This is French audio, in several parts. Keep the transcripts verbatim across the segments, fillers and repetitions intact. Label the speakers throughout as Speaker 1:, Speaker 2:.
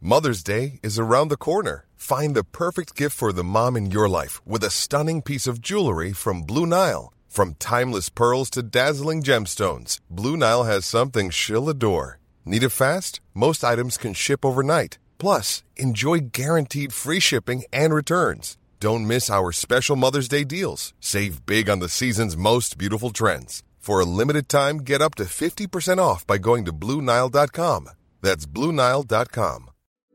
Speaker 1: Mother's Day is around the corner. Find the perfect gift for the mom in your life with a stunning piece of jewelry from Blue Nile. From timeless pearls to dazzling gemstones, Blue Nile has something she'll adore. Need it fast? Most items can ship overnight. Plus, enjoy guaranteed free shipping and returns. Don't miss our special Mother's Day deals. Save big on the season's most beautiful trends. For a limited time, get up to fifty percent off by going to Blue Nile dot com. That's Blue Nile dot com.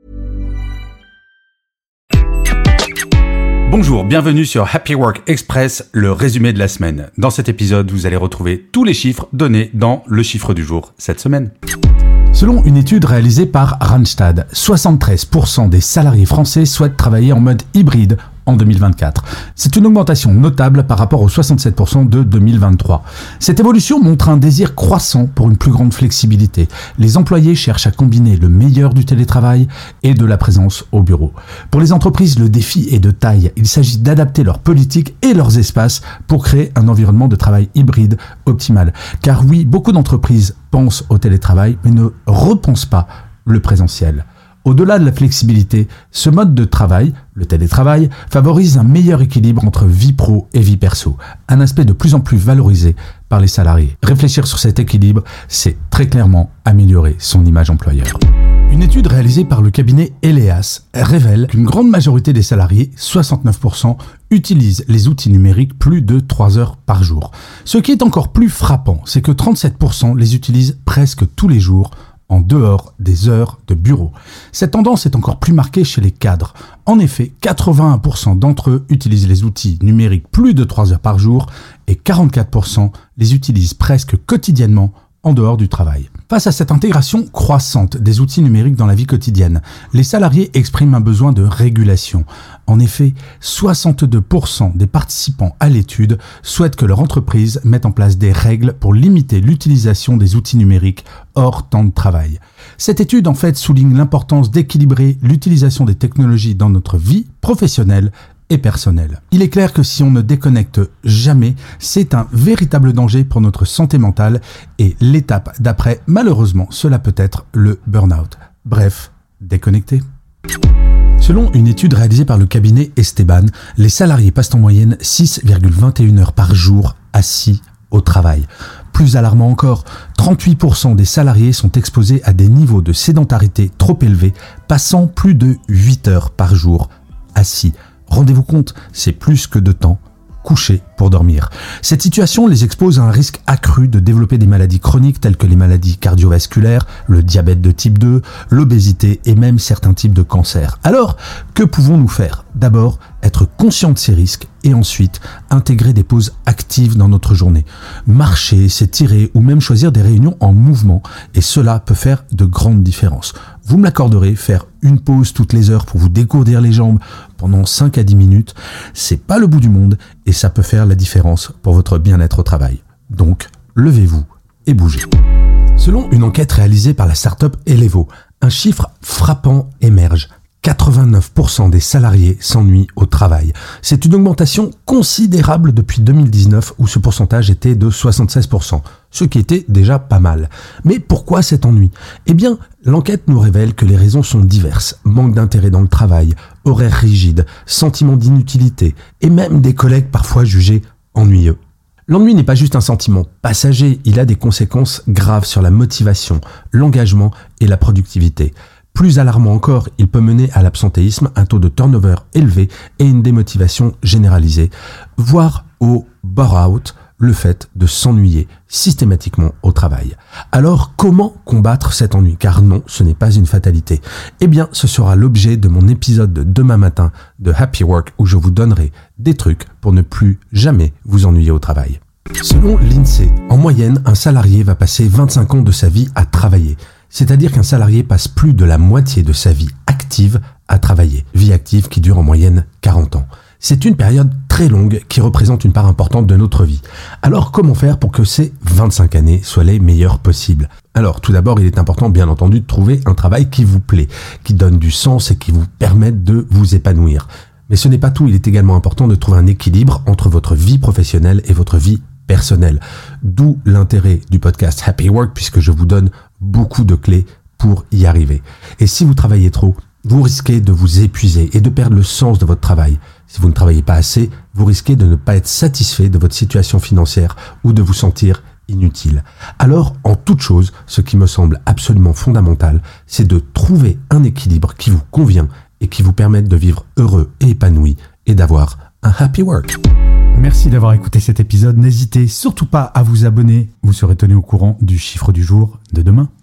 Speaker 2: Bonjour, bienvenue sur Happy Work Express, le résumé de la semaine. Dans cet épisode, vous allez retrouver tous les chiffres donnés dans le chiffre du jour cette semaine.
Speaker 3: Selon une étude réalisée par Randstad, soixante-treize pour cent des salariés français souhaitent travailler en mode hybride en deux mille vingt-quatre. C'est une augmentation notable par rapport aux soixante-sept pour cent de deux mille vingt-trois. Cette évolution montre un désir croissant pour une plus grande flexibilité. Les employés cherchent à combiner le meilleur du télétravail et de la présence au bureau. Pour les entreprises, le défi est de taille. Il s'agit d'adapter leurs politiques et leurs espaces pour créer un environnement de travail hybride optimal. Car oui, beaucoup d'entreprises pensent au télétravail, mais ne repensent pas le présentiel. Au-delà de la flexibilité, ce mode de travail, le télétravail, favorise un meilleur équilibre entre vie pro et vie perso, un aspect de plus en plus valorisé par les salariés. Réfléchir sur cet équilibre, c'est très clairement améliorer son image employeur. Une étude réalisée par le cabinet Eleas révèle qu'une grande majorité des salariés, soixante-neuf pour cent, utilisent les outils numériques plus de trois heures par jour. Ce qui est encore plus frappant, c'est que trente-sept pour cent les utilisent presque tous les jours, en dehors des heures de bureau. Cette tendance est encore plus marquée chez les cadres. En effet, quatre-vingt-un pour cent d'entre eux utilisent les outils numériques plus de trois heures par jour et quarante-quatre pour cent les utilisent presque quotidiennement en dehors du travail. Face à cette intégration croissante des outils numériques dans la vie quotidienne, les salariés expriment un besoin de régulation. En effet, soixante-deux pour cent des participants à l'étude souhaitent que leur entreprise mette en place des règles pour limiter l'utilisation des outils numériques hors temps de travail. Cette étude, en fait, souligne l'importance d'équilibrer l'utilisation des technologies dans notre vie professionnelle et personnel. Il est clair que si on ne déconnecte jamais, c'est un véritable danger pour notre santé mentale et l'étape d'après, malheureusement, cela peut être le burn-out. Bref, déconnecter. Selon une étude réalisée par le cabinet Esteban, les salariés passent en moyenne six virgule vingt et une heures par jour assis au travail. Plus alarmant encore, trente-huit pour cent des salariés sont exposés à des niveaux de sédentarité trop élevés, passant plus de huit heures par jour assis. Rendez-vous compte, c'est plus que de temps couchés pour dormir. Cette situation les expose à un risque accru de développer des maladies chroniques telles que les maladies cardiovasculaires, le diabète de type deux, l'obésité et même certains types de cancers. Alors, que pouvons-nous faire ? D'abord, être conscient de ces risques et ensuite intégrer des pauses actives dans notre journée. Marcher, s'étirer ou même choisir des réunions en mouvement et cela peut faire de grandes différences. Vous me l'accorderez, faire une pause toutes les heures pour vous dégourdir les jambes pendant cinq à dix minutes, c'est pas le bout du monde et ça peut faire la différence pour votre bien-être au travail. Donc, levez-vous et bougez. Selon une enquête réalisée par la start-up Elevo, un chiffre frappant émerge. quatre-vingt-neuf pour cent des salariés s'ennuient au travail. C'est une augmentation considérable depuis deux mille dix-neuf où ce pourcentage était de soixante-seize pour cent, ce qui était déjà pas mal. Mais pourquoi cet ennui ? Eh bien, l'enquête nous révèle que les raisons sont diverses. Manque d'intérêt dans le travail, horaires rigides, sentiment d'inutilité et même des collègues parfois jugés ennuyeux. L'ennui n'est pas juste un sentiment passager, il a des conséquences graves sur la motivation, l'engagement et la productivité. Plus alarmant encore, il peut mener à l'absentéisme, un taux de turnover élevé et une démotivation généralisée, voire au bore-out, le fait de s'ennuyer systématiquement au travail. Alors, comment combattre cet ennui ? Car non, ce n'est pas une fatalité. Eh bien, ce sera l'objet de mon épisode de demain matin de Happy Work où je vous donnerai des trucs pour ne plus jamais vous ennuyer au travail. Selon l'INSEE, en moyenne, un salarié va passer vingt-cinq ans de sa vie à travailler. C'est-à-dire qu'un salarié passe plus de la moitié de sa vie active à travailler. Vie active qui dure en moyenne quarante ans. C'est une période très longue qui représente une part importante de notre vie. Alors comment faire pour que ces vingt-cinq années soient les meilleures possibles ? Alors tout d'abord, il est important bien entendu de trouver un travail qui vous plaît, qui donne du sens et qui vous permette de vous épanouir. Mais ce n'est pas tout, il est également important de trouver un équilibre entre votre vie professionnelle et votre vie personnelle. D'où l'intérêt du podcast Happy Work puisque je vous donne beaucoup de clés pour y arriver. Et si vous travaillez trop, vous risquez de vous épuiser et de perdre le sens de votre travail. Si vous ne travaillez pas assez, vous risquez de ne pas être satisfait de votre situation financière ou de vous sentir inutile. Alors, en toute chose, ce qui me semble absolument fondamental, c'est de trouver un équilibre qui vous convient et qui vous permette de vivre heureux et épanoui et d'avoir un happy work. Merci d'avoir écouté cet épisode. N'hésitez surtout pas à vous abonner. Vous serez tenu au courant du chiffre du jour de demain.